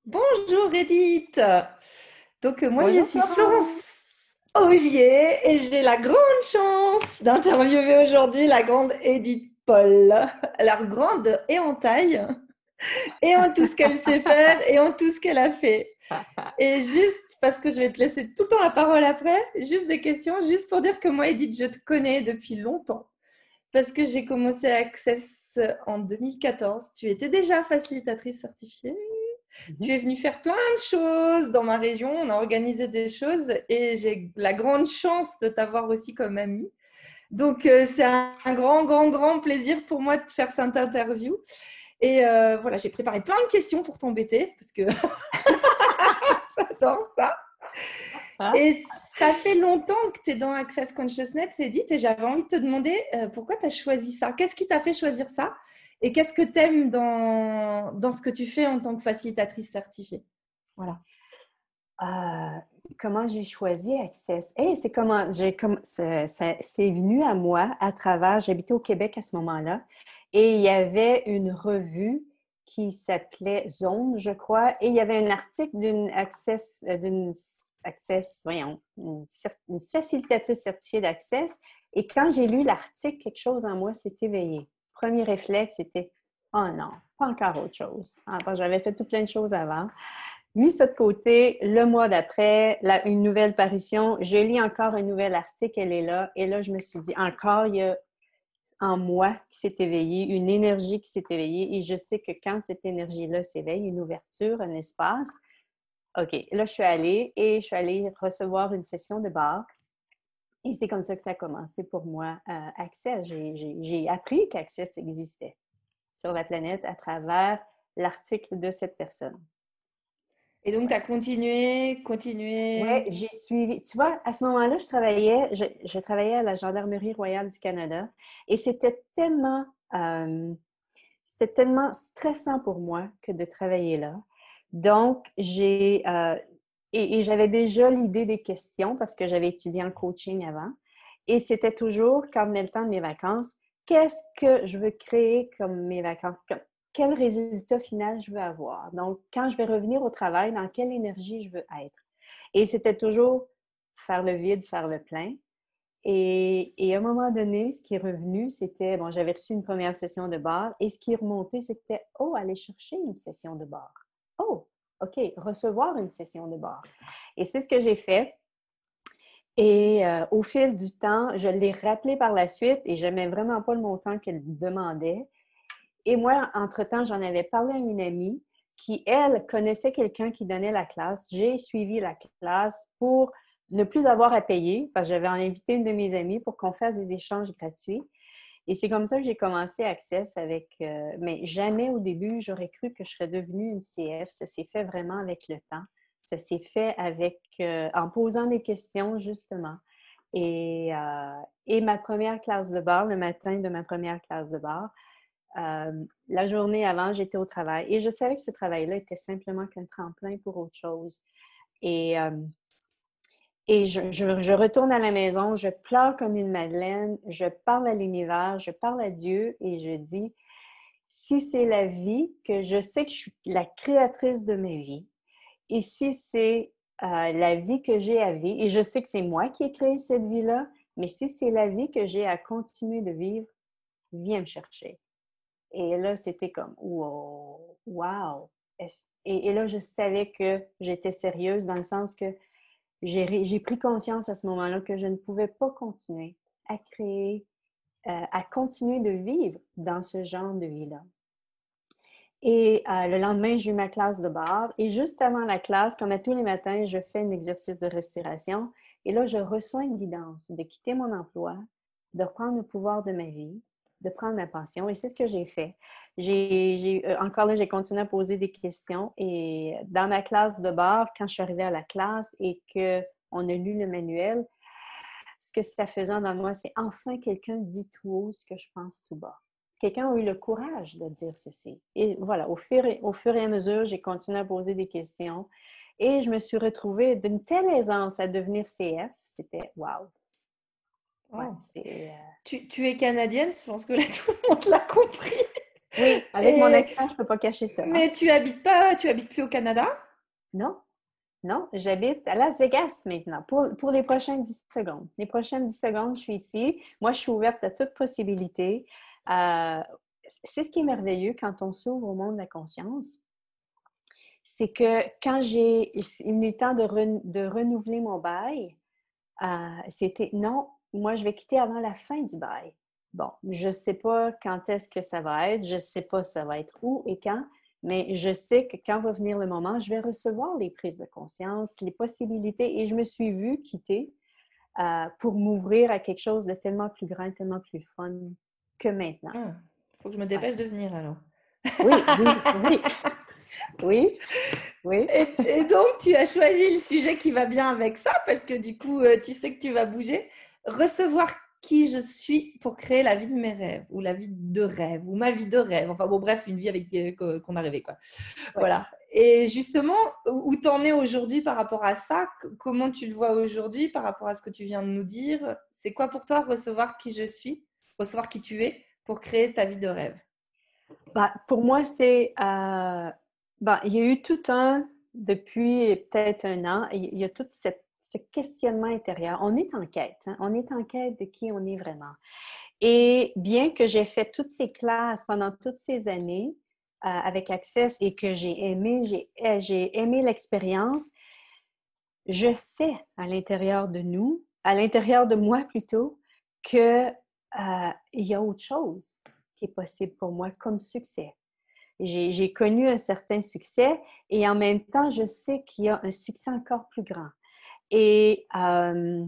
Bonjour Edith. Moi je Bonjour suis Florence. Florence Augier et j'ai la grande chance d'interviewer aujourd'hui la grande Edith Paul. Alors grande et en taille et en tout ce qu'elle sait faire et en tout ce qu'elle a fait. Et juste parce que je vais te laisser tout le temps la parole après, juste des questions, juste pour dire que moi Edith je te connais depuis longtemps. Parce que j'ai commencé Access en 2014. Tu étais déjà facilitatrice certifiée. Tu Mhm. es venue faire plein de choses dans ma région. On a organisé des choses et j'ai la grande chance de t'avoir aussi comme amie. C'est un grand, grand, grand plaisir pour moi de faire cette interview. Voilà, j'ai préparé plein de questions pour t'embêter parce que j'adore ça. Hein? Et ça fait longtemps que tu es dans Access Consciousness, Edith, et j'avais envie de te demander pourquoi tu as choisi ça. Qu'est-ce qui t'a fait choisir ça? Et qu'est-ce que tu aimes dans ce que tu fais en tant que facilitatrice certifiée? Voilà. Euh, Comment j'ai choisi Access? C'est comment c'est venu à moi à travers, j'habitais au Québec à ce moment-là, et il y avait une revue qui s'appelait Zone, je crois, et il y avait un article voyons, une facilitatrice certifiée d'Access. Et quand j'ai lu l'article, quelque chose en moi s'est éveillé. Premier réflexe, c'était oh non, pas encore autre chose. J'avais fait tout plein de choses avant. Mis ça de côté, le mois d'après, une nouvelle parution, je lis encore un nouvel article, elle est là. Et là, je me suis dit, encore, il y a en moi qui s'est éveillée, une énergie qui s'est éveillée. Et je sais que quand cette énergie-là s'éveille, une ouverture, un espace, OK, là, je suis allée recevoir une session de bar. Et c'est comme ça que ça a commencé pour moi, Access. J'ai appris qu'Access existait sur la planète à travers l'article de cette personne. Et donc, tu Ouais. as continué, Ouais, continué. j'ai suivi. Tu vois, à ce moment-là, je travaillais à la Gendarmerie royale du Canada et c'était tellement stressant pour moi que de travailler là. Donc, et j'avais déjà l'idée des questions parce que j'avais étudié en coaching avant. Et c'était toujours, quand venait le temps de mes vacances, qu'est-ce que je veux créer comme mes vacances? Quel résultat final je veux avoir? Donc, quand je vais revenir au travail, dans quelle énergie je veux être? Et c'était toujours faire le vide, faire le plein. Et à un moment donné, ce qui est revenu, c'était, bon, j'avais reçu une première session de bar et ce qui est remonté, c'était, oh, aller chercher une session de bar. Oh, OK, recevoir une session de bar. Et c'est ce que j'ai fait. Et au fil du temps, je l'ai rappelé par la suite et je n'aimais vraiment pas le montant qu'elle demandait. Et moi, entre-temps, j'en avais parlé à une amie qui, elle, connaissait quelqu'un qui donnait la classe. J'ai suivi la classe pour ne plus avoir à payer, parce que j'avais invité une de mes amies pour qu'on fasse des échanges gratuits. Et c'est comme ça que j'ai commencé Access avec... mais jamais au début, j'aurais cru que je serais devenue une CF. Ça s'est fait vraiment avec le temps. Ça s'est fait en posant des questions, justement. Et ma première classe de bar, le matin de ma première classe de bar, la journée avant, j'étais au travail et je savais que ce travail-là était simplement qu'un tremplin pour autre chose. Et, euh, je retourne à la maison, je pleure comme une madeleine, je parle à l'univers, je parle à Dieu et je dis, si c'est la vie, que je sais que je suis la créatrice de ma vie, et si c'est la vie que j'ai à vivre, et je sais que c'est moi qui ai créé cette vie-là, mais si c'est la vie que j'ai à continuer de vivre, viens me chercher. Et là, c'était comme, wow, wow. Et là, je savais que j'étais sérieuse dans le sens que j'ai pris conscience à ce moment-là que je ne pouvais pas continuer à créer, à continuer de vivre dans ce genre de vie-là. Et le lendemain, j'ai eu ma classe de bar. Et juste avant la classe, comme à tous les matins, je fais un exercice de respiration. Et là, je reçois une guidance de quitter mon emploi, de reprendre le pouvoir de ma vie, de prendre ma passion. Et c'est ce que j'ai fait. Encore là, j'ai continué à poser des questions. Et dans ma classe de bar, quand je suis arrivée à la classe et qu'on a lu le manuel, ce que ça faisait dans moi, c'est enfin quelqu'un dit tout haut ce que je pense tout bas. Quelqu'un a eu le courage de dire ceci. Et voilà, au fur et à mesure, j'ai continué à poser des questions et je me suis retrouvée d'une telle aisance à devenir CF. C'était wow. Ouais, Oh. c'est. Tu es canadienne, je pense que là tout le monde l'a compris. Oui, avec mon Et, accent, je ne peux pas cacher ça. Hein? mais tu habites plus au Canada? Non, non, j'habite à Las Vegas maintenant pour les prochaines 10 secondes. Les prochaines 10 secondes, je suis ici. Moi, je suis ouverte à toute possibilité. Euh, c'est ce qui est merveilleux quand on s'ouvre au monde de la conscience. C'est que quand il est temps de renouveler mon bail, c'était non, moi, je vais quitter avant la fin du bail. Bon, je ne sais pas quand est-ce que ça va être, je ne sais pas ça va être où et quand, mais je sais que quand va venir le moment, je vais recevoir les prises de conscience, les possibilités et je me suis vue quitter pour m'ouvrir à quelque chose de tellement plus grand, tellement plus fun que maintenant. Ah, faut que je me Ouais. dépêche de venir alors. Oui, oui, oui, oui, oui. Et donc, tu as choisi le sujet qui va bien avec ça parce que du coup, tu sais que tu vas bouger. Recevoir qui je suis pour créer la vie de mes rêves ou la vie de rêve ou ma vie de rêve. Enfin bon, bref, une vie avec qu'on a rêvé, quoi. Ouais. Voilà. Et justement, où t'en es aujourd'hui par rapport à ça? Comment tu le vois aujourd'hui par rapport à ce que tu viens de nous dire? C'est quoi pour toi recevoir qui je suis, recevoir qui tu es pour créer ta vie de rêve? Ben, pour moi, il y a eu tout depuis peut-être un an, il y a tout ce questionnement intérieur. On est en quête, hein? On est en quête de qui on est vraiment. Et bien que j'ai fait toutes ces classes pendant toutes ces années avec Access et que j'ai aimé l'expérience, je sais à l'intérieur de nous, à l'intérieur de moi plutôt, que il y a autre chose qui est possible pour moi comme succès. J'ai connu un certain succès et en même temps, je sais qu'il y a un succès encore plus grand. Et, euh,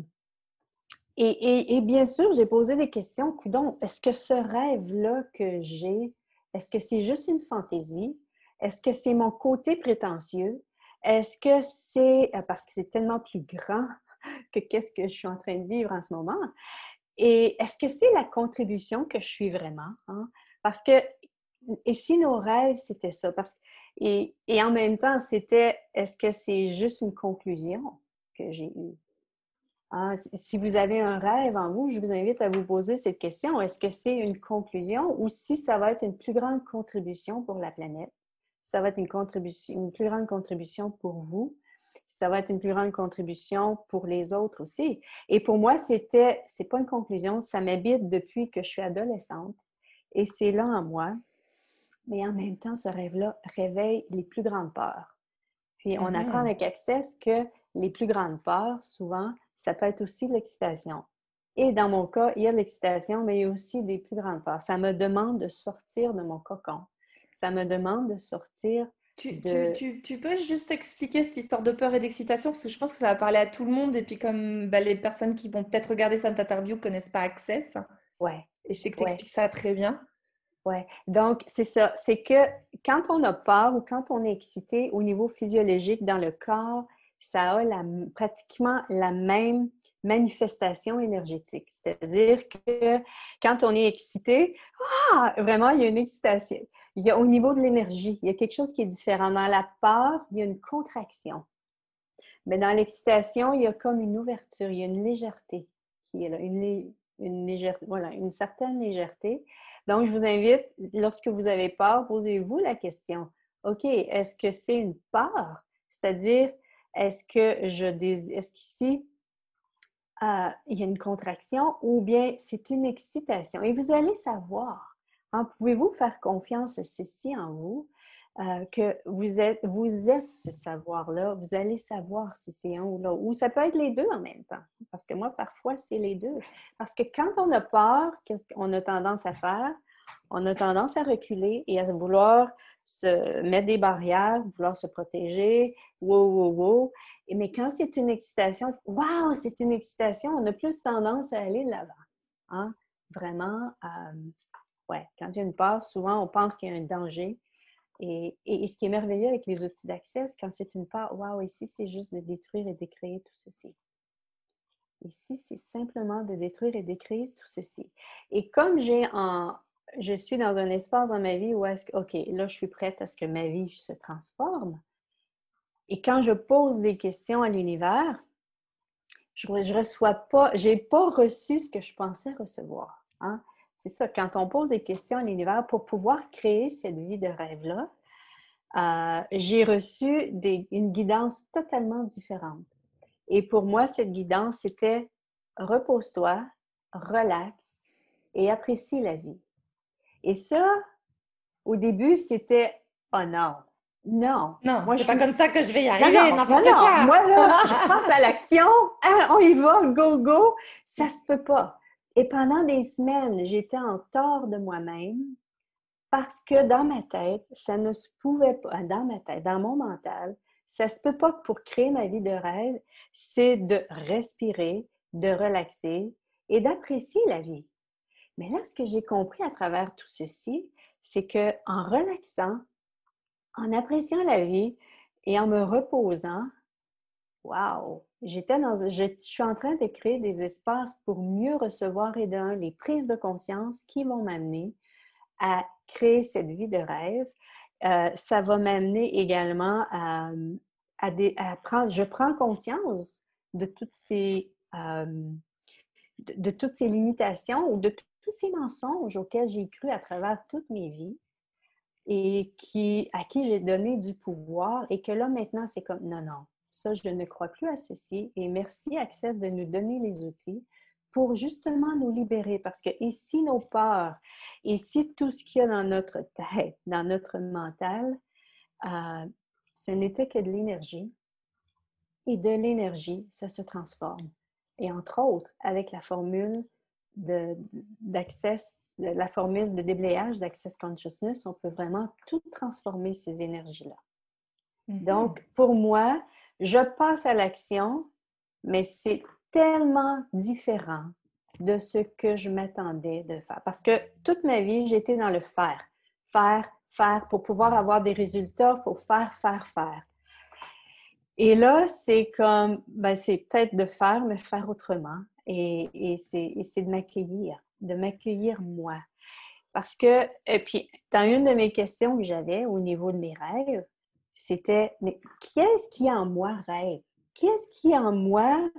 et bien sûr, j'ai posé des questions. Coudonc, est-ce que ce rêve-là que j'ai, est-ce que c'est juste une fantaisie? Est-ce que c'est mon côté prétentieux? Est-ce que c'est parce que c'est tellement plus grand que qu'est-ce que je suis en train de vivre en ce moment? Et est-ce que c'est la contribution que je suis vraiment? Hein? Parce que, et si nos rêves, c'était ça? Et en même temps, c'était, est-ce que c'est juste une conclusion que j'ai eue? Hein? Si vous avez un rêve en vous, je vous invite à vous poser cette question. Est-ce que c'est une conclusion ou si ça va être une plus grande contribution pour la planète? Ça va être une plus grande contribution pour vous. Ça va être une plus grande contribution pour les autres aussi. Et pour moi, c'est pas une conclusion, ça m'habite depuis que je suis adolescente. Et c'est là en moi. Mais en même temps, ce rêve-là réveille les plus grandes peurs. Puis on apprend Mhm. avec Access que les plus grandes peurs, souvent, ça peut être aussi l'excitation. Et dans mon cas, il y a l'excitation, mais il y a aussi des plus grandes peurs. Ça me demande de sortir de mon cocon. Ça me demande de sortir de... Tu peux juste expliquer cette histoire de peur et d'excitation parce que je pense que ça va parler à tout le monde et puis comme les personnes qui vont peut-être regarder cette interview ne connaissent pas Access Ouais, et je sais que tu ouais, expliques ça très bien. ouais. Donc, c'est ça. C'est que quand on a peur ou quand on est excité au niveau physiologique dans le corps, ça a pratiquement la même manifestation énergétique. C'est-à-dire que quand on est excité, vraiment, il y a une excitation. Il y a au niveau de l'énergie, il y a quelque chose qui est différent. Dans la peur, il y a une contraction. Mais dans l'excitation, il y a comme une ouverture, il y a une légèreté qui est là, voilà, une certaine légèreté. Donc, je vous invite, lorsque vous avez peur, posez-vous la question, OK, est-ce que c'est une peur? C'est-à-dire, est-ce qu'ici, il y a une contraction ou bien c'est une excitation? Et vous allez savoir. Hein, pouvez-vous faire confiance à ceci en vous? Que vous êtes ce savoir-là, vous allez savoir si c'est un ou l'autre. Ou ça peut être les deux en même temps. Parce que moi, parfois, c'est les deux. Parce que quand on a peur, qu'est-ce qu'on a tendance à faire? On a tendance à reculer et à vouloir se mettre des barrières, vouloir se protéger. Wow, wow, wow. Mais quand c'est une excitation, wow, c'est une excitation, on a plus tendance à aller de l'avant. Hein? Vraiment, ouais, quand il y a une peur, souvent, on pense qu'il y a un danger. Et ce qui est merveilleux avec les outils d'accès, quand c'est une part, waouh, ici, c'est juste de détruire et décréer tout ceci. Ici, c'est simplement de détruire et décréer tout ceci. Et comme je suis dans un espace dans ma vie où est-ce que, OK, là, je suis prête à ce que ma vie se transforme. Et quand je pose des questions à l'univers, je reçois pas, j'ai pas reçu ce que je pensais recevoir. Hein? c'est ça, quand on pose des questions à l'univers pour pouvoir créer cette vie de rêve-là, j'ai reçu une guidance totalement différente. Et pour moi, cette guidance, c'était repose-toi, relaxe et apprécie la vie. Et ça, au début, c'était oh non, non, Non, moi je c'est pas suis. comme ça que je vais y Non, arriver, non, non, n'importe non, quoi. moi là, je passe à l'action, hein, on y va, go, go, ça se peut pas. Et pendant des semaines, j'étais en tort de moi-même parce que dans ma tête, ça ne se pouvait pas, dans ma tête, dans mon mental, ça se peut pas que pour créer ma vie de rêve, c'est de respirer, de relaxer et d'apprécier la vie. Mais là, ce que j'ai compris à travers tout ceci, c'est que en relaxant, en appréciant la vie et en me reposant, wow! Je suis en train de créer des espaces pour mieux recevoir et d'un, les prises de conscience qui vont m'amener à créer cette vie de rêve. Ça va m'amener également à prendre, je prends conscience de de toutes ces limitations ou de tous ces mensonges auxquels j'ai cru à travers toute mes vies et à qui j'ai donné du pouvoir et que là, maintenant, c'est comme, non, non, ça, je ne crois plus à ceci et merci, Access, de nous donner les outils pour justement nous libérer parce que ici, nos peurs, ici, tout ce qu'il y a dans notre tête, dans notre mental, ce n'était que de l'énergie et de l'énergie, ça se transforme. Et entre autres, avec la formule d'Access, la formule de déblayage d'Access Consciousness, on peut vraiment tout transformer ces énergies-là. Donc, pour moi, je passe à l'action, mais c'est tellement différent de ce que je m'attendais de faire. Parce que toute ma vie, j'étais dans le faire. Faire, faire. Pour pouvoir avoir des résultats, il faut faire, faire, faire. Et là, c'est comme, ben, c'est peut-être de faire, mais faire autrement. Et c'est de m'accueillir moi. Parce que, et puis, dans une de mes questions que j'avais au niveau de mes rêves, c'était, mais qui est-ce qui en moi rêve? Qui est-ce qui en moi,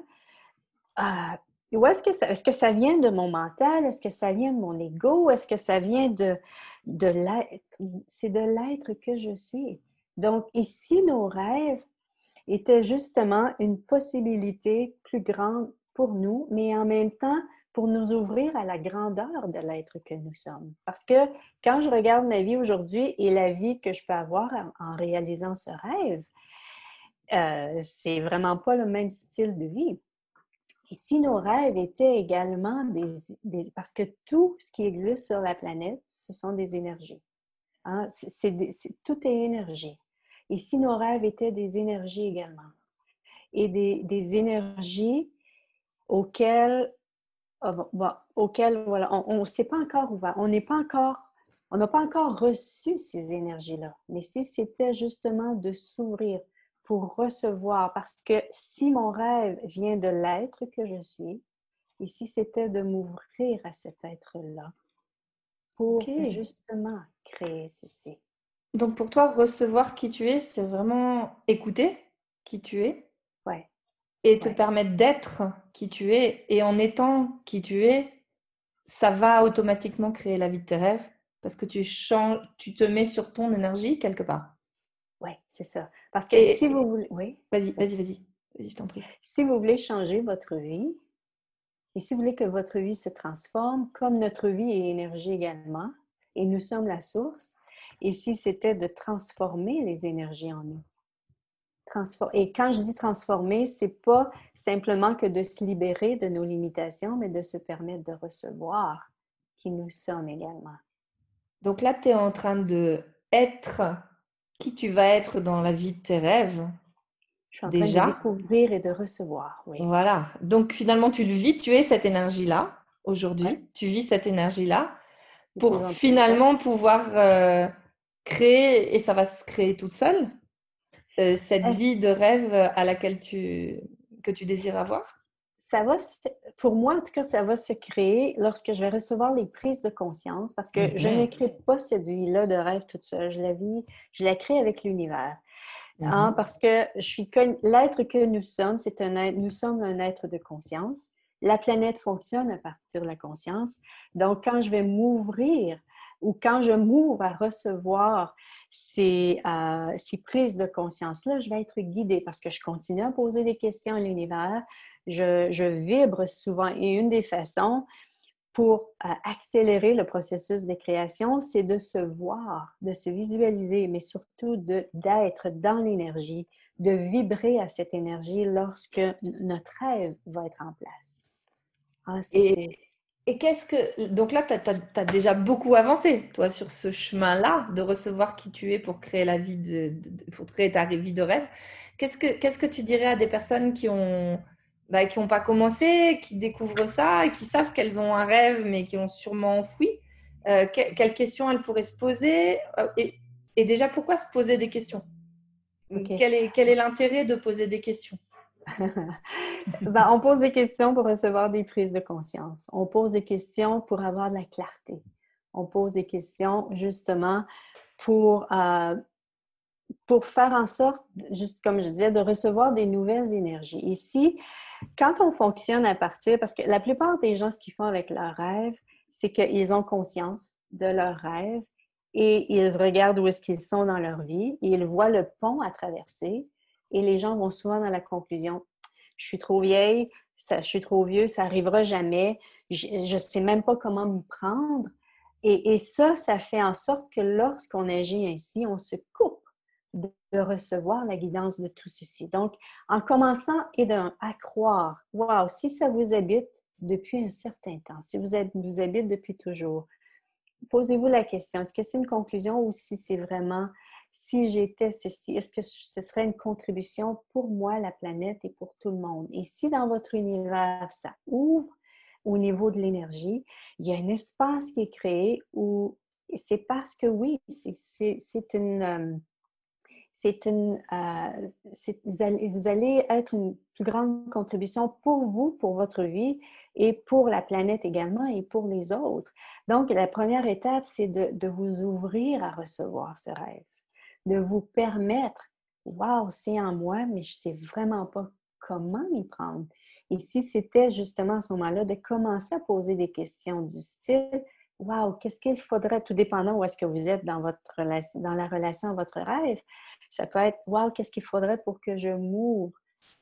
où est-ce que ça vient de mon mental? Est-ce que ça vient de mon ego? Est-ce que ça vient de l'être? C'est de l'être que je suis. Donc, ici, nos rêves était justement une possibilité plus grande pour nous, mais en même temps pour nous ouvrir à la grandeur de l'être que nous sommes. Parce que quand je regarde ma vie aujourd'hui et la vie que je peux avoir en réalisant ce rêve, c'est vraiment pas le même style de vie. Et si nos rêves étaient également parce que tout ce qui existe sur la planète, ce sont des énergies. Hein? Tout est énergie. Et si nos rêves étaient des énergies également, et des énergies auxquelles, voilà, on ne sait pas encore ouvert, on n'a pas encore reçu ces énergies-là. Mais si c'était justement de s'ouvrir pour recevoir, parce que si mon rêve vient de l'être que je suis, et si c'était de m'ouvrir à cet être-là, pour justement créer ceci. Donc pour toi, recevoir qui tu es, c'est vraiment écouter qui tu es Ouais. et te permettre d'être qui tu es. Et en étant qui tu es, ça va automatiquement créer la vie de tes rêves parce que tu changes, tu te mets sur ton énergie quelque part. Oui, c'est ça. Parce que Et si vous voulez... Oui. vas-y, je t'en prie. Si vous voulez changer votre vie, et si vous voulez que votre vie se transforme, comme notre vie est énergie également, et nous sommes la source, et si c'était de transformer les énergies en nous. Et quand je dis transformer, c'est pas simplement que de se libérer de nos limitations, mais de se permettre de recevoir qui nous sommes également. Donc là, tu es en train de être qui tu vas être dans la vie de tes rêves. Je suis en train Déjà. de découvrir et de recevoir, oui. Voilà. Donc finalement, tu le vis, tu es cette énergie-là aujourd'hui. Ouais. Tu vis cette énergie-là pour finalement pouvoir créer, et ça va se créer toute seule, cette vie de rêve à laquelle que tu désires avoir. Ça va, pour moi, en tout cas, ça va se créer lorsque je vais recevoir les prises de conscience parce que je ne crée pas cette vie-là de rêve toute seule. Je la crée avec l'univers. Parce que l'être que nous sommes, nous sommes un être de conscience La planète fonctionne à partir de la conscience. Donc, quand je vais m'ouvrir ou quand je m'ouvre à recevoir ces prises de conscience-là, je vais être guidée parce que je continue à poser des questions à l'univers. Je vibre souvent. Et une des façons pour accélérer le processus de création, c'est de se voir, de se visualiser, mais surtout d'être dans l'énergie, de vibrer à cette énergie lorsque notre rêve va être en place. Ah, ça, Et, c'est... et qu'est-ce que... Donc là, tu as déjà beaucoup avancé, toi, sur ce chemin-là, de recevoir qui tu es pour créer la vie pour créer ta vie de rêve. Qu'est-ce que tu dirais à des personnes qui ont pas commencé, qui découvrent ça et qui savent qu'elles ont un rêve, mais qui ont sûrement enfoui? Quelles questions elles pourraient se poser? Et déjà, pourquoi se poser des questions? OK. Quel est l'intérêt de poser des questions? Ben, on pose des questions pour recevoir des prises de conscience. On pose des questions pour avoir de la clarté. On pose des questions justement pour, euh, pour faire en sorte, juste comme je disais, de recevoir des nouvelles énergies. Ici, quand on fonctionne à partir, parce que la plupart des gens, ce qu'ils font avec leurs rêves, c'est qu'ils ont conscience de leurs rêves et ils regardent où est-ce qu'ils sont dans leur vie et ils voient le pont à traverser et les gens vont souvent dans la conclusion, je suis trop vieille, je suis trop vieux, ça n'arrivera jamais, je ne sais même pas comment m'y prendre. Et ça fait en sorte que lorsqu'on agit ainsi, on se coupe de recevoir la guidance de tout ceci. Donc, en commençant à croire, wow, si ça vous habite depuis un certain temps, si vous habite depuis toujours, posez-vous la question, est-ce que c'est une conclusion ou si c'est vraiment, si j'étais ceci, est-ce que ce serait une contribution pour moi, la planète et pour tout le monde? Et si dans votre univers, ça ouvre au niveau de l'énergie, il y a un espace qui est créé où c'est parce que oui, c'est une vous allez être une plus grande contribution pour vous, pour votre vie et pour la planète également et pour les autres. Donc, la première étape, c'est de vous ouvrir à recevoir ce rêve, de vous permettre, waouh, c'est en moi, mais je ne sais vraiment pas comment m'y prendre. Et si c'était justement à ce moment-là de commencer à poser des questions du style, waouh, qu'est-ce qu'il faudrait, tout dépendant où est-ce que vous êtes dans votre relation, dans la relation à votre rêve, ça peut être, wow, qu'est-ce qu'il faudrait pour que je m'ouvre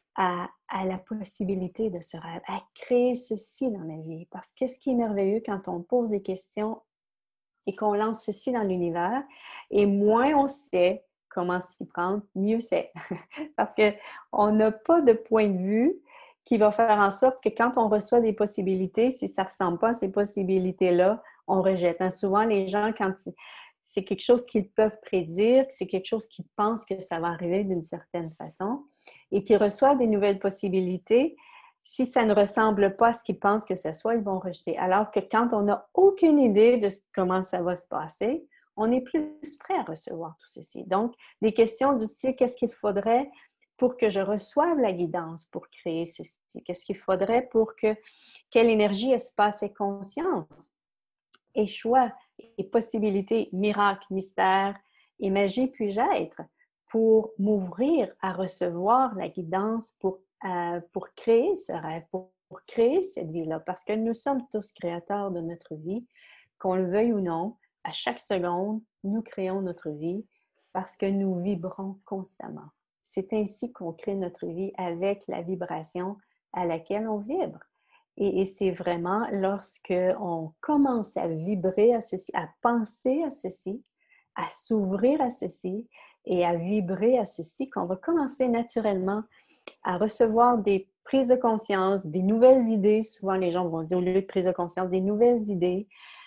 à la possibilité de ce rêve, à créer ceci dans ma vie. Parce que ce qui est merveilleux quand on pose des questions et qu'on lance ceci dans l'univers, et moins on sait comment s'y prendre, mieux c'est. Parce qu'on n'a pas de point de vue qui va faire en sorte que quand on reçoit des possibilités, si ça ne ressemble pas à ces possibilités-là, on rejette. Hein, souvent, les gens, quand c'est quelque chose qu'ils peuvent prédire, c'est quelque chose qu'ils pensent que ça va arriver d'une certaine façon et qu'ils reçoivent des nouvelles possibilités, si ça ne ressemble pas à ce qu'ils pensent que ce soit, ils vont rejeter. Alors que quand on n'a aucune idée de comment ça va se passer, on est plus prêt à recevoir tout ceci. Donc, des questions du style, qu'est-ce qu'il faudrait pour que je reçoive la guidance pour créer ceci? Qu'est-ce qu'il faudrait pour que, quelle énergie, espace et conscience et choix et possibilités, miracles, mystères et magie puis-je être pour m'ouvrir à recevoir la guidance pour créer ce rêve, pour créer cette vie-là. Parce que nous sommes tous créateurs de notre vie, qu'on le veuille ou non, à chaque seconde, nous créons notre vie parce que nous vibrons constamment. C'est ainsi qu'on crée notre vie avec la vibration à laquelle on vibre. Et c'est vraiment lorsqu'on commence à vibrer à ceci, à penser à ceci, à s'ouvrir à ceci et à vibrer à ceci, qu'on va commencer naturellement à recevoir des prises de conscience, des nouvelles idées. Souvent, les gens vont dire au lieu de prise de conscience, des nouvelles idées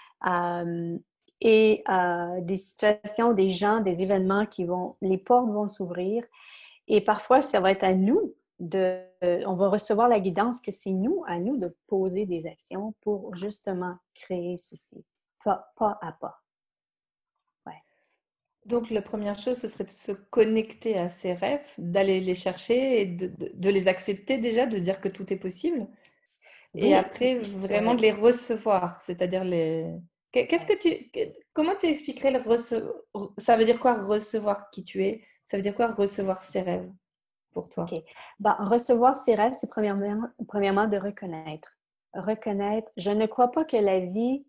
des situations, des gens, des événements les portes vont s'ouvrir. Et parfois, ça va être à nous on va recevoir la guidance que c'est à nous de poser des actions pour justement créer ceci, pas à pas. Ouais. Donc, la première chose, ce serait de se connecter à ses rêves, d'aller les chercher et de les accepter déjà, de se dire que tout est possible. Et Oui, après, oui, vraiment de les recevoir, c'est-à-dire les... Comment tu expliquerais ça veut dire quoi recevoir qui tu es? Ça veut dire quoi recevoir ses rêves pour toi? OK. Ben, recevoir ses rêves, c'est premièrement de reconnaître. reconnaître, je ne crois pas que la vie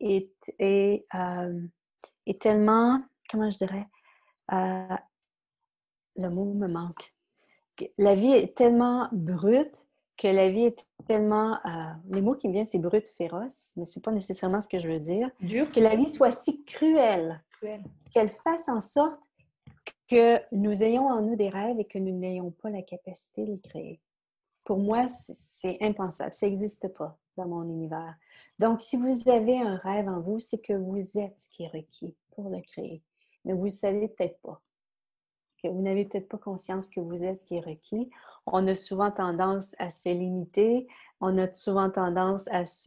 est tellement, comment je dirais, euh, le mot me manque. La vie est tellement brute que la vie est tellement, les mots qui me viennent, c'est brute, féroce, mais c'est pas nécessairement ce que je veux dire, Dur, que la vie soit si cruelle, cruel. qu'elle fasse en sorte que nous ayons en nous des rêves et que nous n'ayons pas la capacité de les créer. Pour moi, c'est impensable. Ça n'existe pas dans mon univers. Donc, si vous avez un rêve en vous, c'est que vous êtes ce qui est requis pour le créer. Mais vous ne le savez peut-être pas. Que vous n'avez peut-être pas conscience que vous êtes ce qui est requis. On a souvent tendance à se limiter. On a souvent tendance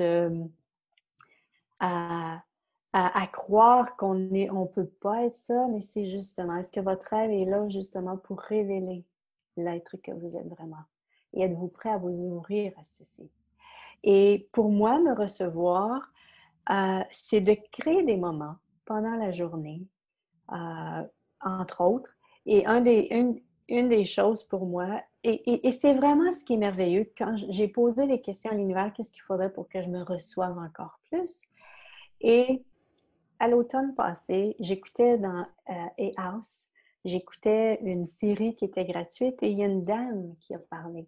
à, à croire qu'on ne peut pas être ça, mais c'est justement, est-ce que votre rêve est là justement pour révéler l'être que vous êtes vraiment? Et êtes-vous prêt à vous ouvrir à ceci? Et pour moi, me recevoir, c'est de créer des moments pendant la journée, entre autres. Et une des choses pour moi, et c'est vraiment ce qui est merveilleux, quand j'ai posé des questions à l'univers, qu'est-ce qu'il faudrait pour que je me reçoive encore plus? Et à l'automne passé, j'écoutais dans A-House, j'écoutais une série qui était gratuite et il y a une dame qui a parlé,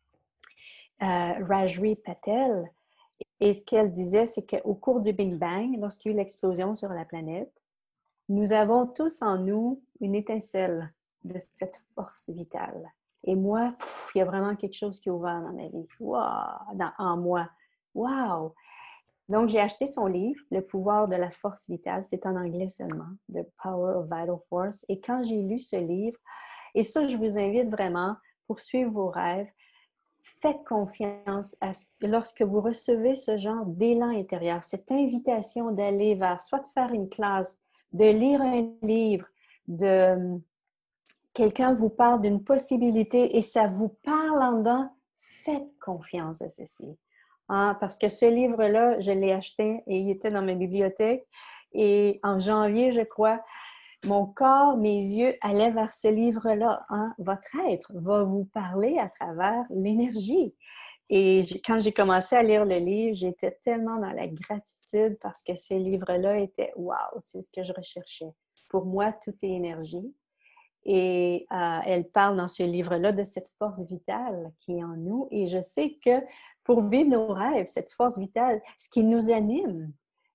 Rajri Patel. Et ce qu'elle disait, c'est qu'au cours du Big Bang, lorsqu'il y a eu l'explosion sur la planète, nous avons tous en nous une étincelle de cette force vitale. Et moi, il y a vraiment quelque chose qui est ouvert dans ma vie. Wow! En moi. Wow! Donc, j'ai acheté son livre, Le pouvoir de la force vitale. C'est en anglais seulement, The Power of Vital Force. Et quand j'ai lu ce livre, et ça, je vous invite vraiment pour suivre vos rêves, faites confiance lorsque vous recevez ce genre d'élan intérieur, cette invitation d'aller vers, soit de faire une classe, de lire un livre, de quelqu'un vous parle d'une possibilité et ça vous parle en dedans, faites confiance à ceci. Hein, parce que ce livre-là, je l'ai acheté et il était dans ma bibliothèque. Et en janvier, je crois, mon corps, mes yeux allaient vers ce livre-là. Hein. Votre être va vous parler à travers l'énergie. Et quand j'ai commencé à lire le livre, j'étais tellement dans la gratitude parce que ce livre-là était, waouh, c'est ce que je recherchais. Pour moi, tout est énergie. Et elle parle dans ce livre-là de cette force vitale qui est en nous. Et je sais que pour vivre nos rêves, cette force vitale, ce qui nous anime,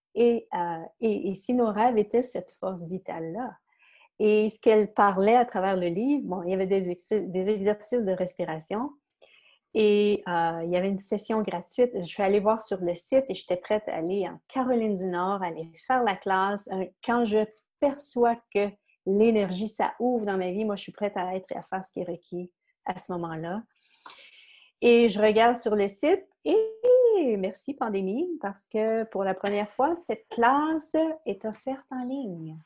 et si nos rêves étaient cette force vitale-là. Et ce qu'elle parlait à travers le livre, bon, il y avait des exercices de respiration et il y avait une session gratuite. Je suis allée voir sur le site et j'étais prête à aller en Caroline du Nord, aller faire la classe. Quand je perçois que l'énergie, ça ouvre dans ma vie, moi, je suis prête à être et à faire ce qui est requis à ce moment-là. Et je regarde sur le site et merci pandémie, parce que pour la première fois, cette classe est offerte en ligne.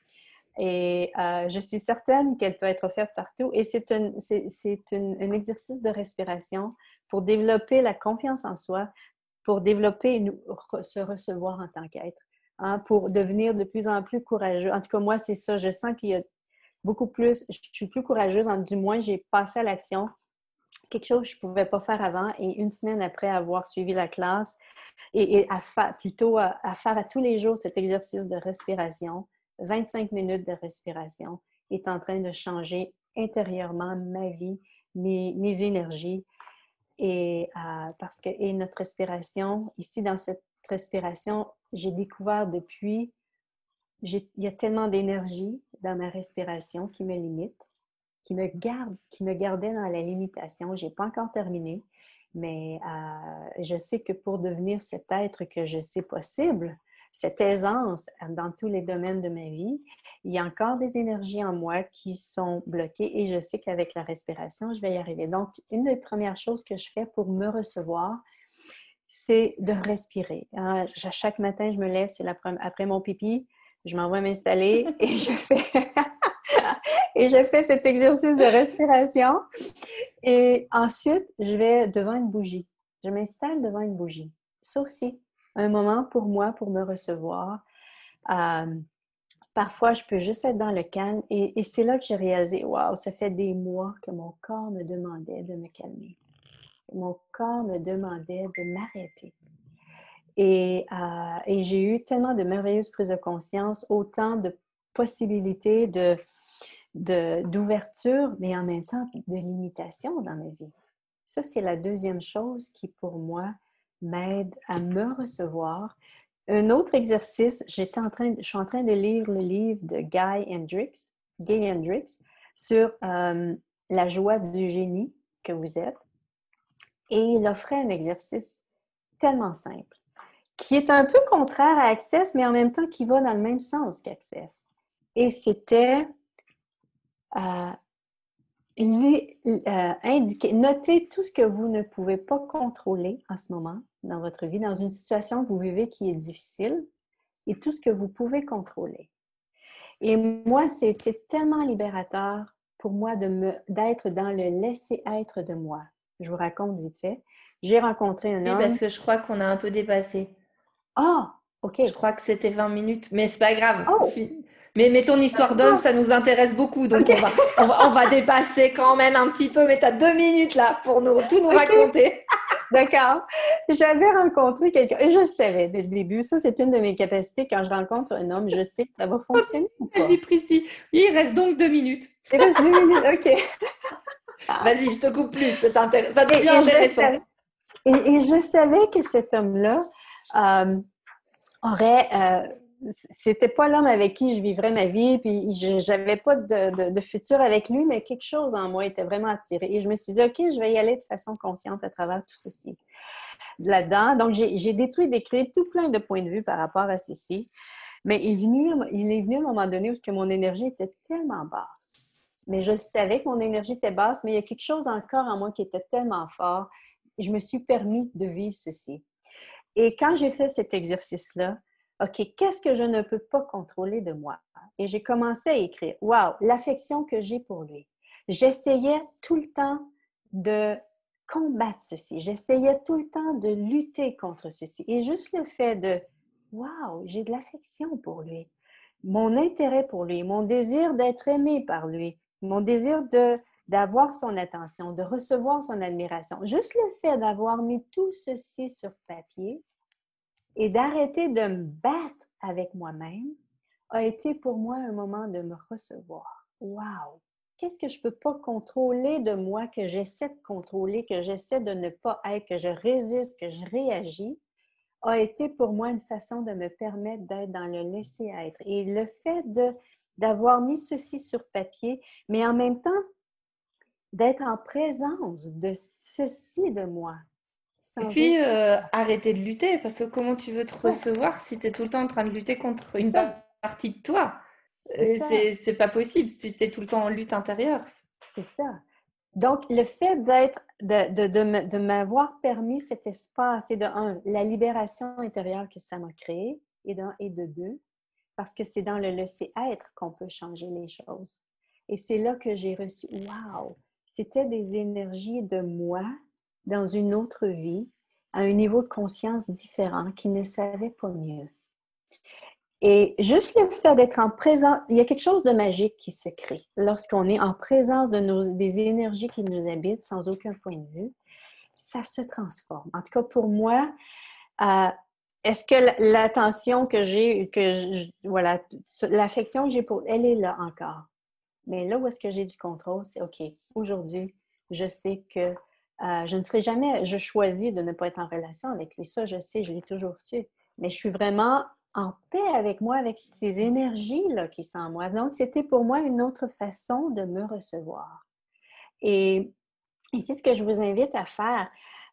Et je suis certaine qu'elle peut être offerte partout. Et c'est un exercice de respiration pour développer la confiance en soi, pour développer se recevoir en tant qu'être, hein, pour devenir de plus en plus courageux. En tout cas, moi, c'est ça. Je sens qu'il y a beaucoup plus, je suis plus courageuse. Du moins, j'ai passé à l'action. Quelque chose que je ne pouvais pas faire avant. Et une semaine après avoir suivi la classe, et à faire à tous les jours cet exercice de respiration, 25 minutes de respiration, est en train de changer intérieurement ma vie, mes énergies. Et parce que notre respiration, ici dans cette respiration, j'ai découvert depuis, il y a tellement d'énergie dans ma respiration qui me limite, qui me gardait dans la limitation. Je n'ai pas encore terminé, mais je sais que pour devenir cet être que je sais possible, cette aisance dans tous les domaines de ma vie, il y a encore des énergies en moi qui sont bloquées et je sais qu'avec la respiration, je vais y arriver. Donc, une des premières choses que je fais pour me recevoir, c'est de respirer. Chaque matin, je me lève, c'est après mon pipi, je m'en vais m'installer et je fais et je fais cet exercice de respiration. Et ensuite, je vais devant une bougie. Je m'installe devant une bougie. Ça aussi, un moment pour moi, pour me recevoir. Parfois, je peux juste être dans le calme et c'est là que j'ai réalisé, waouh, ça fait des mois que mon corps me demandait de me calmer. Mon corps me demandait de m'arrêter. Et j'ai eu tellement de merveilleuses prises de conscience, autant de possibilités d'ouverture, mais en même temps de limitation dans ma vie. Ça, c'est la deuxième chose qui, pour moi, m'aide à me recevoir. Un autre exercice, je suis en train de lire le livre de Gay Hendricks, sur la joie du génie que vous êtes. Et il offrait un exercice tellement simple, qui est un peu contraire à Access, mais en même temps qui va dans le même sens qu'Access. Et c'était indiquer, noter tout ce que vous ne pouvez pas contrôler en ce moment dans votre vie, dans une situation que vous vivez qui est difficile, et tout ce que vous pouvez contrôler. Et moi, c'était tellement libérateur pour moi d'être dans le laisser-être de moi. Je vous raconte vite fait. J'ai rencontré un Oui, homme... parce que je crois qu'on a un peu dépassé. Ah, OK. Je crois que c'était 20 minutes, mais c'est pas grave. Oh! Mais ton histoire d'homme, ça nous intéresse beaucoup, donc Okay. on va dépasser quand même un petit peu, mais tu as 2 minutes là pour tout nous raconter. D'accord. J'avais rencontré quelqu'un, et je savais dès le début, ça c'est une de mes capacités, quand je rencontre un homme, je sais que ça va fonctionner ou pas. Elle dit Prissy, oui, il reste donc 2 minutes. Il reste 2 minutes, OK. Vas-y, je te coupe plus, ça devient intéressant. Et je savais que cet homme-là c'était pas l'homme avec qui je vivrais ma vie, puis j'avais pas de futur avec lui, mais quelque chose en moi était vraiment attiré. Et je me suis dit, OK, je vais y aller de façon consciente à travers tout ceci. Là-dedans, donc j'ai détruit, décrit tout plein de points de vue par rapport à ceci, mais il est venu à un moment donné où mon énergie était tellement basse. Mais je savais que mon énergie était basse, mais il y a quelque chose encore en moi qui était tellement fort. Je me suis permis de vivre ceci. Et quand j'ai fait cet exercice-là, OK, qu'est-ce que je ne peux pas contrôler de moi? Et j'ai commencé à écrire, wow, l'affection que j'ai pour lui. J'essayais tout le temps de combattre ceci. J'essayais tout le temps de lutter contre ceci. Et juste le fait de, wow, j'ai de l'affection pour lui. Mon intérêt pour lui, mon désir d'être aimé par lui, mon désir d'avoir son attention, de recevoir son admiration. Juste le fait d'avoir mis tout ceci sur papier et d'arrêter de me battre avec moi-même a été pour moi un moment de me recevoir. Wow! Qu'est-ce que je ne peux pas contrôler de moi, que j'essaie de contrôler, que j'essaie de ne pas être, que je résiste, que je réagis, a été pour moi une façon de me permettre d'être dans le laisser-être. Et le fait d'avoir mis ceci sur papier, mais en même temps, d'être en présence de ceci de moi. Et puis, arrêter de lutter, parce que comment tu veux te recevoir si tu es tout le temps en train de lutter contre une partie de toi? C'est pas possible si tu es tout le temps en lutte intérieure. C'est ça. Donc, le fait de m'avoir permis cet espace, et de un, la libération intérieure que ça m'a créée, et de deux, parce que c'est dans le laisser-être qu'on peut changer les choses. Et c'est là que j'ai reçu, wow, c'était des énergies de moi dans une autre vie, à un niveau de conscience différent, qui ne savait pas mieux. Et juste le fait d'être en présence, il y a quelque chose de magique qui se crée lorsqu'on est en présence des énergies qui nous habitent sans aucun point de vue. Ça se transforme. En tout cas, pour moi, est-ce que l'attention que j'ai, voilà, l'affection que j'ai pour elle est là encore. Mais là où est-ce que j'ai du contrôle, c'est OK, aujourd'hui, je sais que je ne serai jamais, je choisis de ne pas être en relation avec lui. Ça, je sais, je l'ai toujours su. Mais je suis vraiment en paix avec moi, avec ces énergies-là qui sont en moi. Donc, c'était pour moi une autre façon de me recevoir. Et c'est ce que je vous invite à faire.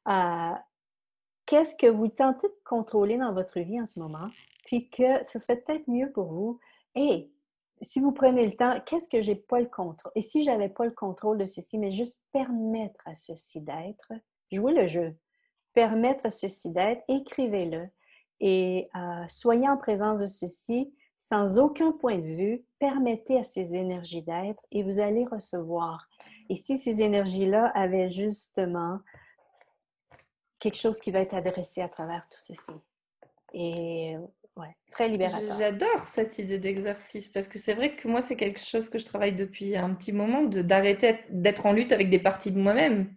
Qu'est-ce que vous tentez de contrôler dans votre vie en ce moment? Puis que ce serait peut-être mieux pour vous. Et si vous prenez le temps, qu'est-ce que j'ai pas le contrôle? Et si j'avais pas le contrôle de ceci, mais juste permettre à ceci d'être, jouer le jeu, permettre à ceci d'être, écrivez-le. Et soyez en présence de ceci, sans aucun point de vue, permettez à ces énergies d'être et vous allez recevoir. Et si ces énergies-là avaient justement quelque chose qui va être adressé à travers tout ceci. Et ouais, très libérateur. J'adore cette idée d'exercice parce que c'est vrai que moi, c'est quelque chose que je travaille depuis un petit moment, d'arrêter d'être en lutte avec des parties de moi-même.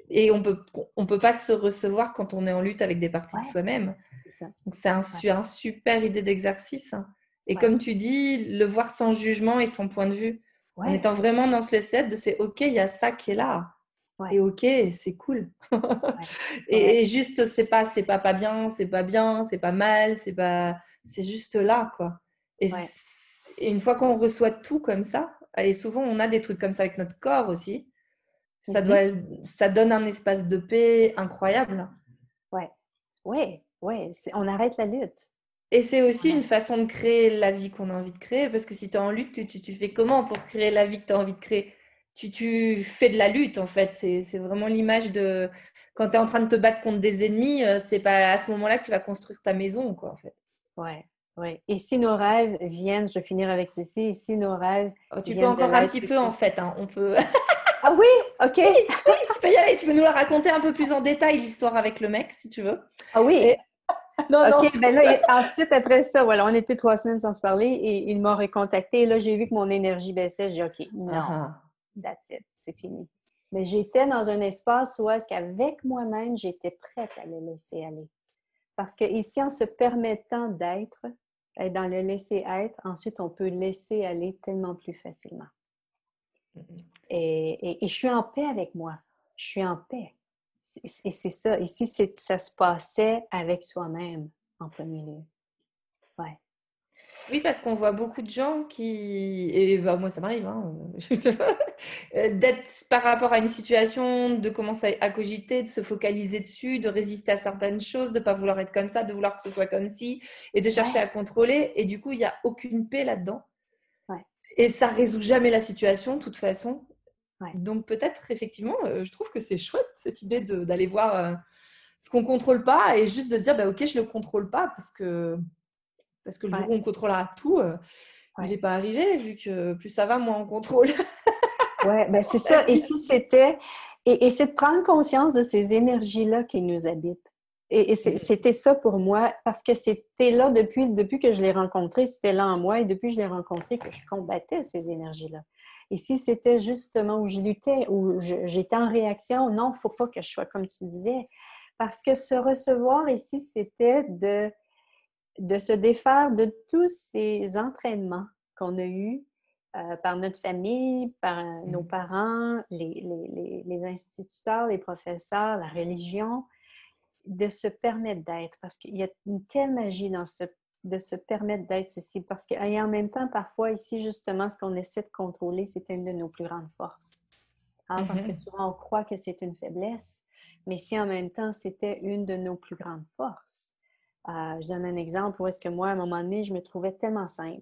Et on peut pas se recevoir quand on est en lutte avec des parties de Ouais, soi-même. c'est ça. Donc, c'est Ouais, un super idée d'exercice, hein. Et ouais, comme tu dis, le voir sans jugement et sans point de vue, en ouais, étant vraiment dans ce set de c'est OK, il y a ça qui est là. ouais, Et OK, c'est cool. ouais, ouais, Et juste, c'est pas bien, c'est pas mal, c'est juste là, quoi. ouais. Et une fois qu'on reçoit tout comme ça, et souvent on a des trucs comme ça avec notre corps aussi, ça Mhm. doit, ça donne un espace de paix incroyable. Ouais, ouais, ouais. On arrête la lutte. Et c'est aussi On une arrête. façon de créer la vie qu'on a envie de créer, parce que si tu es en lutte, tu fais comment pour créer la vie que tu as envie de créer? Tu fais de la lutte, en fait. C'est vraiment l'image de quand tu es en train de te battre contre des ennemis, c'est pas à ce moment-là que tu vas construire ta maison, quoi, en fait. Ouais, ouais. Et si nos rêves viennent, je vais finir avec ceci, et si nos rêves Oh, tu peux viennent de encore un l'être petit peu, en fait, hein. On peut... Ah oui, OK. Oui, tu peux y aller. Tu peux nous la raconter un peu plus en détail, l'histoire avec le mec, si tu veux. Ah oui, Et... Non, non, OK. Ben là, ensuite, après ça, voilà, on était 3 semaines sans se parler et il m'a recontacté. Et là, j'ai vu que mon énergie baissait. J'ai dit, OK, non, Ah, that's it, c'est fini. Mais j'étais dans un espace où est-ce qu'avec moi-même, j'étais prête à le laisser aller. Parce que ici, en se permettant d'être, être dans le laisser être, ensuite, on peut laisser aller tellement plus facilement. Et je suis en paix avec moi. Je suis en paix. Et c'est ça. Ici, ça se passait avec soi-même en premier lieu. Ouais. oui, parce qu'on voit beaucoup de gens qui, et bah, moi ça m'arrive, hein, d'être par rapport à une situation, de commencer à cogiter, de se focaliser dessus, de résister à certaines choses, de ne pas vouloir être comme ça, de vouloir que ce soit comme ci, et de chercher Ouais. à contrôler. Et du coup, il n'y a aucune paix là-dedans. Ouais. Et ça résout jamais la situation, de toute façon. Ouais. Donc peut-être, effectivement, je trouve que c'est chouette cette idée d'aller voir ce qu'on ne contrôle pas et juste de se dire, bah, ok, je ne le contrôle pas parce que le jour Ouais. où on contrôlera tout, il Ouais. n'est pas arrivé, vu que plus ça va, moins on contrôle Ouais. Ben, c'est la ça. vie. Ici, c'était. Et c'est de prendre conscience de ces énergies-là qui nous habitent. Et c'était ça pour moi, parce que c'était là depuis que je l'ai rencontré, c'était là en moi, et depuis que je l'ai rencontré, que je combattais ces énergies-là. Et si c'était justement où je luttais, où j'étais en réaction, non, il ne faut pas que je sois comme tu disais. Parce que se recevoir ici, c'était de se défaire de tous ces entraînements qu'on a eus par notre famille, par nos parents, les instituteurs, les professeurs, la religion, de se permettre d'être. Parce qu'il y a une telle magie de se permettre d'être ceci. Parce que, et en même temps, parfois, ici, justement, ce qu'on essaie de contrôler, c'est une de nos plus grandes forces. Hein, parce que souvent, on croit que c'est une faiblesse, mais si en même temps, c'était une de nos plus grandes forces. Je donne un exemple où est-ce que moi, à un moment donné, je me trouvais tellement simple.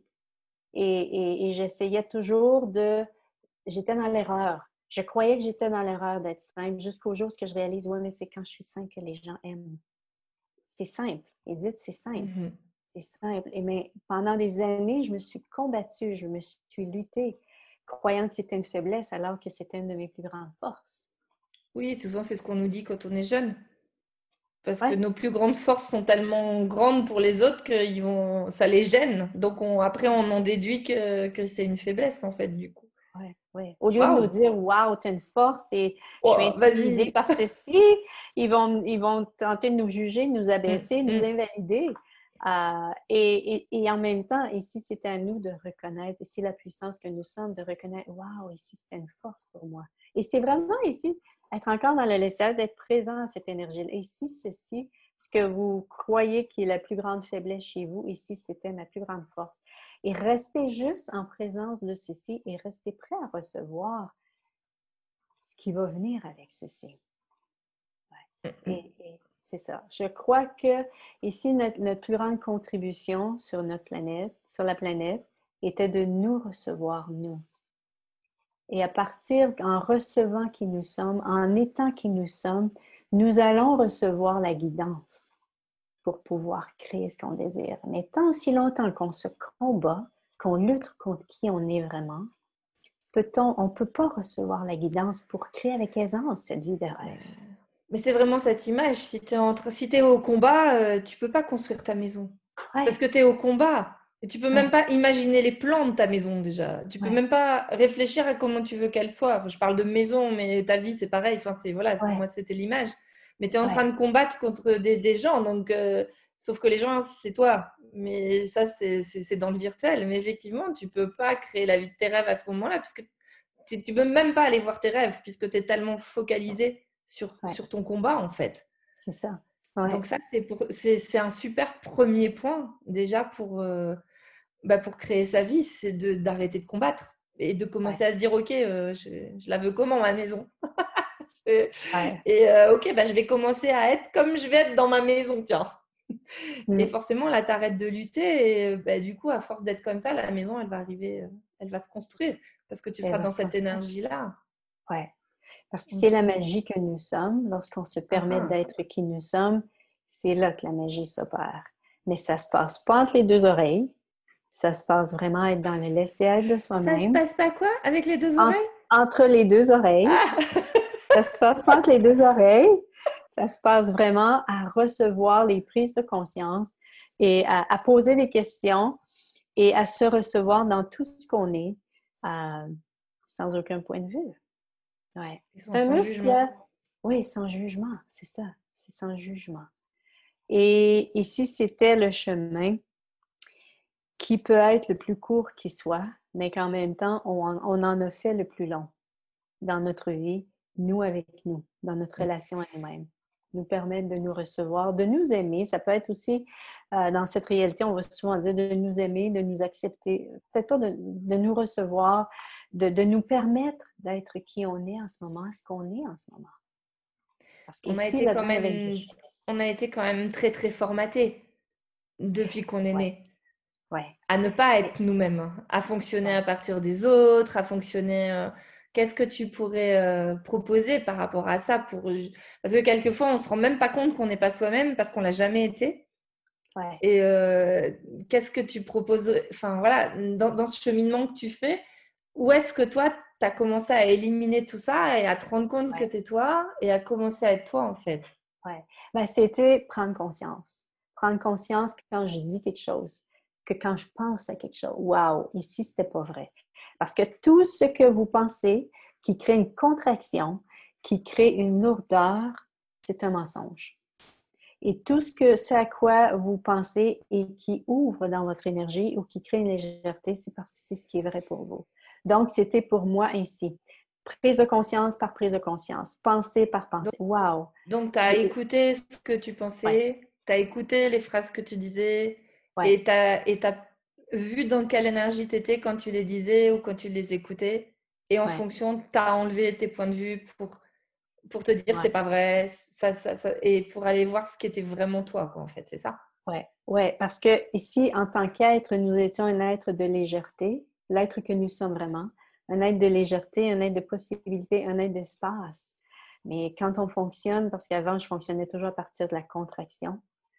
Et j'essayais toujours de... J'étais dans l'erreur. Je croyais que j'étais dans l'erreur d'être simple jusqu'au jour où je réalise, oui, mais c'est quand je suis simple que les gens aiment. C'est simple. Edith, c'est simple. C'est simple. Et mais pendant des années, je me suis combattue, je me suis luttée, croyant que c'était une faiblesse alors que c'était une de mes plus grandes forces. Oui, souvent c'est ce qu'on nous dit quand on est jeune. Parce que Ouais, nos plus grandes forces sont tellement grandes pour les autres que ça les gêne. Donc après, on en déduit que c'est une faiblesse, en fait, du coup. ouais, ouais. Au lieu de nous Waouh! dire, waouh, tu as une force et je suis Oh, intimidée vas-y! par ceci, ils vont tenter de nous juger, de nous Mm, abaisser, de nous mm. invalider. Et en même temps, ici, c'est à nous de reconnaître, ici, la puissance que nous sommes, de reconnaître, waouh, ici, c'est une force pour moi. Et c'est vraiment ici, être encore dans le laisser, d'être présent à cette énergie-là. Et si ceci, ce que vous croyez qui est la plus grande faiblesse chez vous, ici, c'était ma plus grande force. Et restez juste en présence de ceci et restez prêt à recevoir ce qui va venir avec ceci. Ouais. Et c'est ça. Je crois que ici, notre plus grande contribution sur notre planète, sur la planète, était de nous recevoir, nous. Et à partir, en recevant qui nous sommes, en étant qui nous sommes, nous allons recevoir la guidance pour pouvoir créer ce qu'on désire. Mais tant aussi longtemps qu'on se combat, qu'on lutte contre qui on est vraiment, on ne peut pas recevoir la guidance pour créer avec aisance cette vie de rêve. Mais c'est vraiment cette image. Si tu es, si t'es au combat, tu peux pas construire ta maison. Parce Ouais, que tu es au combat. Et tu peux même Ouais, pas imaginer les plans de ta maison déjà. Tu peux ouais, même pas réfléchir à comment tu veux qu'elle soit. Enfin, je parle de maison, mais ta vie, c'est pareil. Enfin, c'est voilà, pour ouais, moi, c'était l'image. Mais tu es en train ouais, de combattre contre des gens, donc sauf que les gens, c'est toi. Mais ça, c'est dans le virtuel. Mais effectivement, tu peux pas créer la vie de tes rêves à ce moment-là, puisque tu peux même pas aller voir tes rêves, puisque tu es tellement focalisé ouais, sur ton combat, en fait. c'est ça. Ouais, Donc ça, c'est un super premier point déjà pour créer sa vie, c'est d'arrêter de combattre et de ouais, commencer à se dire, OK, je la veux comment ma maison? Et, ouais. OK, je vais commencer à être comme je vais être dans ma maison, tiens. Et Mm, forcément, là, tu arrêtes de lutter et du coup, à force d'être comme ça, la maison, elle va arriver, elle va se construire parce que tu elle seras va dans se cette construire. énergie-là. Ouais. Parce que Donc, c'est la magie que nous sommes. Lorsqu'on se ah, permet ah. d'être qui nous sommes, c'est là que la magie s'opère. Mais ça se passe pas entre les deux oreilles. Ça se passe vraiment être dans le laisser-être de Ça se soi-même. passe pas quoi avec les deux En- oreilles? Entre les deux oreilles. Ah! Ça se passe pas entre les deux oreilles. Ça se passe vraiment à recevoir les prises de conscience et à poser des questions et à se recevoir dans tout ce qu'on est euh, sans aucun point de vue. Ouais. C'est un Sans muscle, jugement. oui, sans jugement, c'est ça. C'est sans jugement. Et si c'était le chemin qui peut être le plus court qui soit, mais qu'en même temps, on en a fait le plus long dans notre vie, nous avec nous, dans notre relation à nous-mêmes. Nous permettre de nous recevoir, de nous aimer. Ça peut être aussi, dans cette réalité, on va souvent dire de nous aimer, de nous accepter, peut-être pas de nous recevoir, de nous permettre d'être qui on est en ce moment, ce qu'on est en ce moment. Parce On a qu'ici, été quand là-dedans, il y avait une même, richesse. on a été quand même très très formaté depuis qu'on est Ouais, né ouais, à ne pas mais être nous-mêmes, hein, à fonctionner ouais, à partir des autres, à fonctionner. Qu'est-ce que tu pourrais proposer par rapport à ça parce que quelquefois on se rend même pas compte qu'on n'est pas soi-même parce qu'on l'a jamais été. ouais, Et qu'est-ce que tu proposes, enfin voilà, dans ce cheminement que tu fais, où est-ce que toi, tu as commencé à éliminer tout ça et à te rendre compte que ouais, tu es toi et à commencer à être toi en fait? ouais. Ben, c'était prendre conscience. Prendre conscience que quand je dis quelque chose, que quand je pense à quelque chose, waouh, ici, c'était pas vrai. Parce que tout ce que vous pensez qui crée une contraction, qui crée une lourdeur, c'est un mensonge. Et tout ce à quoi vous pensez et qui ouvre dans votre énergie ou qui crée une légèreté, c'est parce que c'est ce qui est vrai pour vous. Donc, c'était pour moi ainsi. Prise de conscience par prise de conscience, pensée par Donc, pensée. Wow! donc tu as écouté ce que tu Ouais, pensais, tu as écouté les phrases que tu disais ouais, et tu as vu dans quelle énergie tu étais quand tu les disais ou quand tu les écoutais. Et en ouais, fonction, tu as enlevé tes points de vue pour te dire c'est ouais, pas vrai, et pour aller voir ce qui était vraiment toi, quoi, en fait, c'est ça? ouais, ouais. Parce que ici, en tant qu'être, nous étions un être de légèreté, l'être que nous sommes vraiment, un être de légèreté, un être de possibilité, un être d'espace. Mais quand on fonctionne, parce qu'avant, je fonctionnais toujours à partir de la contraction,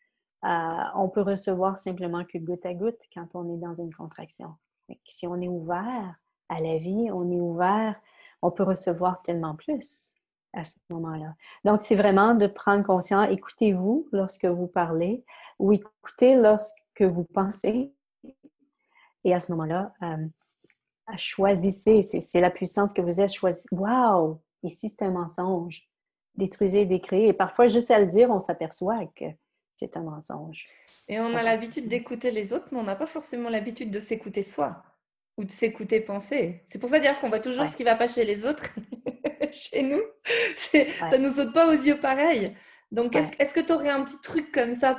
on peut recevoir simplement que goutte à goutte quand on est dans une contraction. Mais si on est ouvert à la vie, on est ouvert, on peut recevoir tellement plus à ce moment-là. Donc, c'est vraiment de prendre conscience, écoutez-vous lorsque vous parlez ou écoutez lorsque vous pensez. Et à ce moment-là, choisissez, c'est la puissance que vous êtes, choisissez. Wow! Ici, c'est un mensonge. Détruisez et décréez. Et parfois, juste à le dire, on s'aperçoit que c'est un mensonge. Et on On a prend l'habitude conscience. d'écouter les autres, mais on n'a pas forcément l'habitude de s'écouter soi ou de s'écouter penser. C'est pour ça dire qu'on voit toujours ce Ouais, qui va pas chez les autres, chez nous. Ça ouais, nous saute pas aux yeux pareil. Donc, ouais. est-ce que tu aurais un petit truc comme ça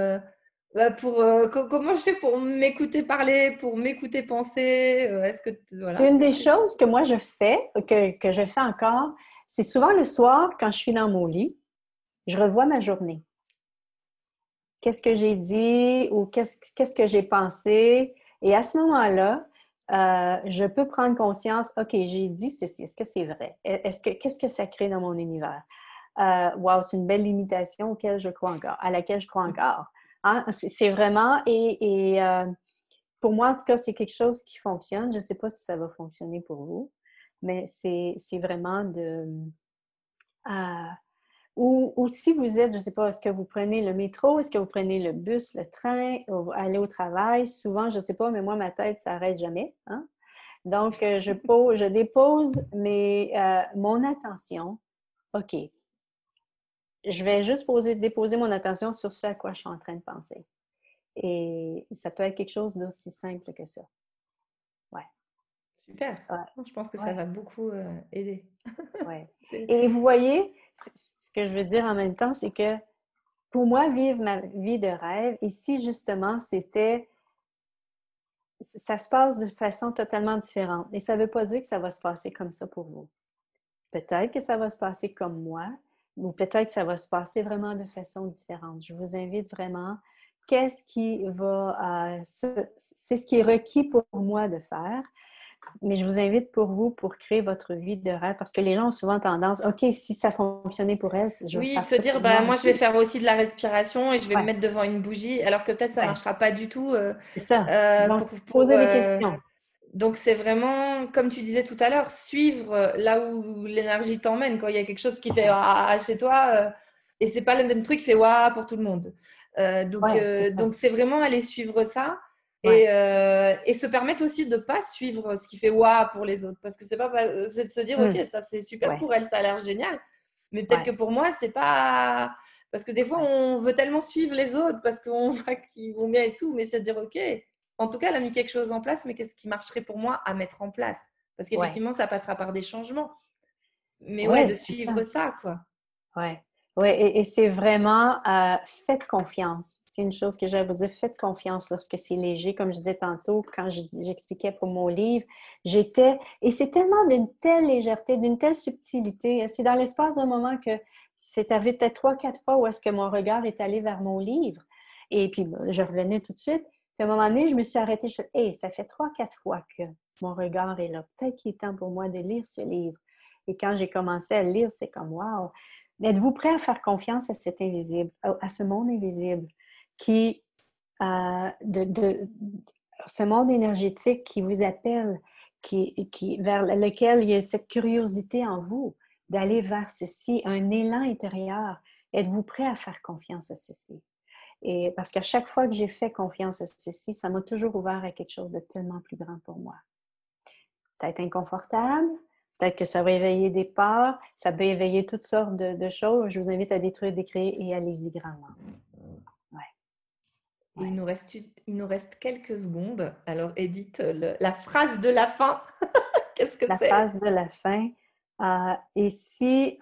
comment je fais pour m'écouter parler, pour m'écouter penser? Voilà, Une des qu'est-ce que choses que moi je fais, que je fais encore, c'est souvent le soir, quand je suis dans mon lit, je revois ma journée. Qu'est-ce que j'ai dit ou qu'est-ce que j'ai pensé? Et à ce moment-là, je peux prendre conscience, OK, j'ai dit ceci, est-ce que c'est vrai? Qu'est-ce que ça crée dans mon univers? Wow, c'est une belle limitation à laquelle je crois encore. Hein? C'est vraiment, pour moi, en tout cas, c'est quelque chose qui fonctionne. Je ne sais pas si ça va fonctionner pour vous, mais c'est vraiment de... euh, ou si vous êtes, je ne sais pas, est-ce que vous prenez le métro, est-ce que vous prenez le bus, le train, vous allez au travail, souvent, je ne sais pas, mais moi, ma tête, ça n'arrête jamais. Hein? Donc, je dépose mon attention. OK, je vais juste déposer mon attention sur ce à quoi je suis en train de penser. Et ça peut être quelque chose d'aussi simple que ça. Ouais. Super. Ouais. Je pense que ça Ouais. va beaucoup aider. Ouais. Et vous voyez, ce que je veux dire en même temps, c'est que pour moi, vivre ma vie de rêve, ici, justement, ça se passe de façon totalement différente. Et ça ne veut pas dire que ça va se passer comme ça pour vous. Peut-être que ça va se passer comme moi, ou peut-être que ça va se passer vraiment de façon différente. Je vous invite vraiment, c'est ce qui est requis pour moi de faire. Mais je vous invite pour vous, pour créer votre vie de rêve, parce que les gens ont souvent tendance, OK, si ça fonctionnait pour elle, je vais Oui, de faire se ça dire, pour moi moi, je vais aussi. faire aussi de la respiration et je vais me Ouais, mettre devant une bougie, alors que peut-être ça ne ouais, marchera pas du tout. c'est ça. Donc, Pour, poser des questions. Donc, c'est vraiment, comme tu disais tout à l'heure, suivre là où l'énergie t'emmène. Quand il y a quelque chose qui fait Ouais, ah chez toi, et c'est pas le même truc qui fait waouh pour tout le monde. ouais, c'est ça. Donc, c'est vraiment aller suivre ça Ouais, et se permettre aussi de pas suivre ce qui fait waouh pour les autres. Parce que c'est de se dire, OK, ça c'est super ouais, pour elle, ça a l'air génial. Mais peut-être que ouais, pour moi, c'est pas. Parce que des fois, ouais, on veut tellement suivre les autres parce qu'on voit qu'ils vont bien et tout, mais c'est de dire, OK, en tout cas, elle a mis quelque chose en place, mais qu'est-ce qui marcherait pour moi à mettre en place? Parce ouais, qu'effectivement, ça passera par des changements. Mais ouais, de ouais, c'est ça. suivre ça, quoi. Ouais, ouais, et c'est vraiment faites confiance. C'est une chose que j'ai à vous dire, faites confiance lorsque c'est léger. Comme je disais tantôt, quand j'expliquais pour mon livre, et c'est tellement d'une telle légèreté, d'une telle subtilité. C'est dans l'espace d'un moment que c'est arrivé peut-être 3, 4 fois où est-ce que mon regard est allé vers mon livre. Et puis, je revenais tout de suite. Puis à un moment donné, je me suis arrêtée. Je fais, hey, ça fait 3, 4 fois que mon regard est là. Peut-être qu'il est temps pour moi de lire ce livre. Et quand j'ai commencé à le lire, c'est comme, wow! Êtes-vous prêt à faire confiance à cet invisible, à ce monde invisible qui, ce monde énergétique qui vous appelle, vers lequel il y a cette curiosité en vous d'aller vers ceci, un élan intérieur. Êtes-vous prêt à faire confiance à ceci? Et parce qu'à chaque fois que j'ai fait confiance à ceci, ça m'a toujours ouvert à quelque chose de tellement plus grand pour moi. Peut-être inconfortable, peut-être que ça va éveiller des peurs, ça peut éveiller toutes sortes de choses. Je vous invite à détruire, décréer et allez-y grandement. Ouais, Et ouais. il nous reste quelques secondes. Alors, Edith, la phrase de la fin, qu'est-ce que La c'est? phase de la fin. Ici,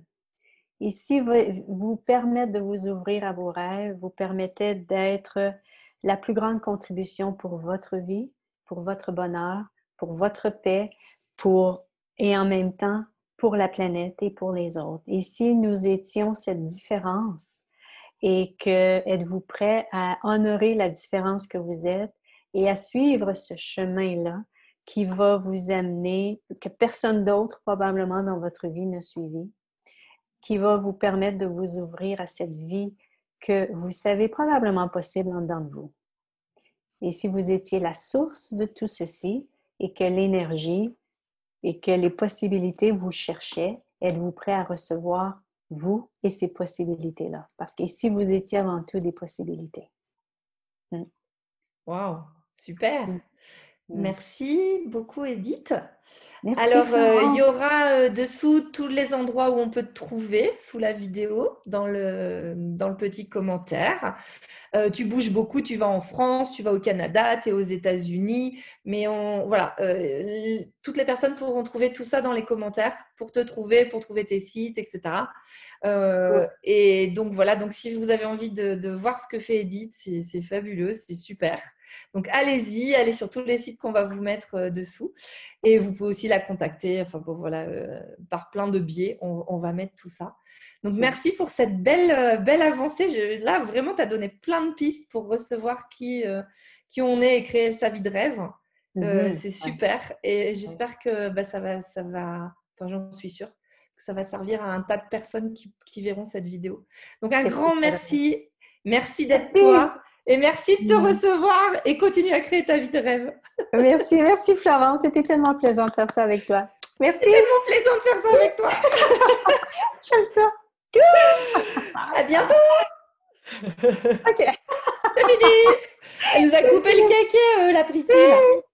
vous permettre de vous ouvrir à vos rêves, vous permettez d'être la plus grande contribution pour votre vie, pour votre bonheur, pour votre paix, et en même temps pour la planète et pour les autres. Et si nous étions cette différence et que êtes-vous prêt à honorer la différence que vous êtes et à suivre ce chemin-là qui va vous amener, que personne d'autre probablement dans votre vie n'a suivi, qui va vous permettre de vous ouvrir à cette vie que vous savez probablement possible en dedans de vous. Et si vous étiez la source de tout ceci et que l'énergie et que les possibilités vous cherchaient, êtes-vous prêt à recevoir vous et ces possibilités-là? Parce que si vous étiez avant tout des possibilités. Waouh, super. Mm. Mm. Merci beaucoup, Edith. Merci Alors, il y Florence. aura dessous tous les endroits où on peut te trouver sous la vidéo, dans le petit commentaire. Tu bouges beaucoup, tu vas en France, tu vas au Canada, tu es aux États-Unis, mais voilà, toutes les personnes pourront trouver tout ça dans les commentaires pour te trouver, pour trouver tes sites, etc. Et donc voilà, donc si vous avez envie de voir ce que fait Edith, c'est fabuleux, c'est super. Donc allez-y, allez sur tous les sites qu'on va vous mettre dessous. Et vous pouvez aussi la contacter, enfin bon, voilà, par plein de biais, on va mettre tout ça. Donc merci pour cette belle avancée. Là, vraiment, tu as donné plein de pistes pour recevoir qui on est et créer sa vie de rêve. C'est Ouais. super. Et Ouais. j'espère que ça va, enfin, j'en suis sûre, que ça va servir à un tas de personnes qui verront cette vidéo. Donc un Qu'est-ce que grand c'est vrai? merci. Merci d'être Merci. toi. Et merci de te Mm. recevoir et continue à créer ta vie de rêve. Merci Florence. C'était tellement plaisant de faire ça avec toi. C'est Merci. tellement plaisant de faire ça avec toi. J'aime ça. À bientôt. OK. C'est fini. Elle nous a coupé le caquet, la Priscilla.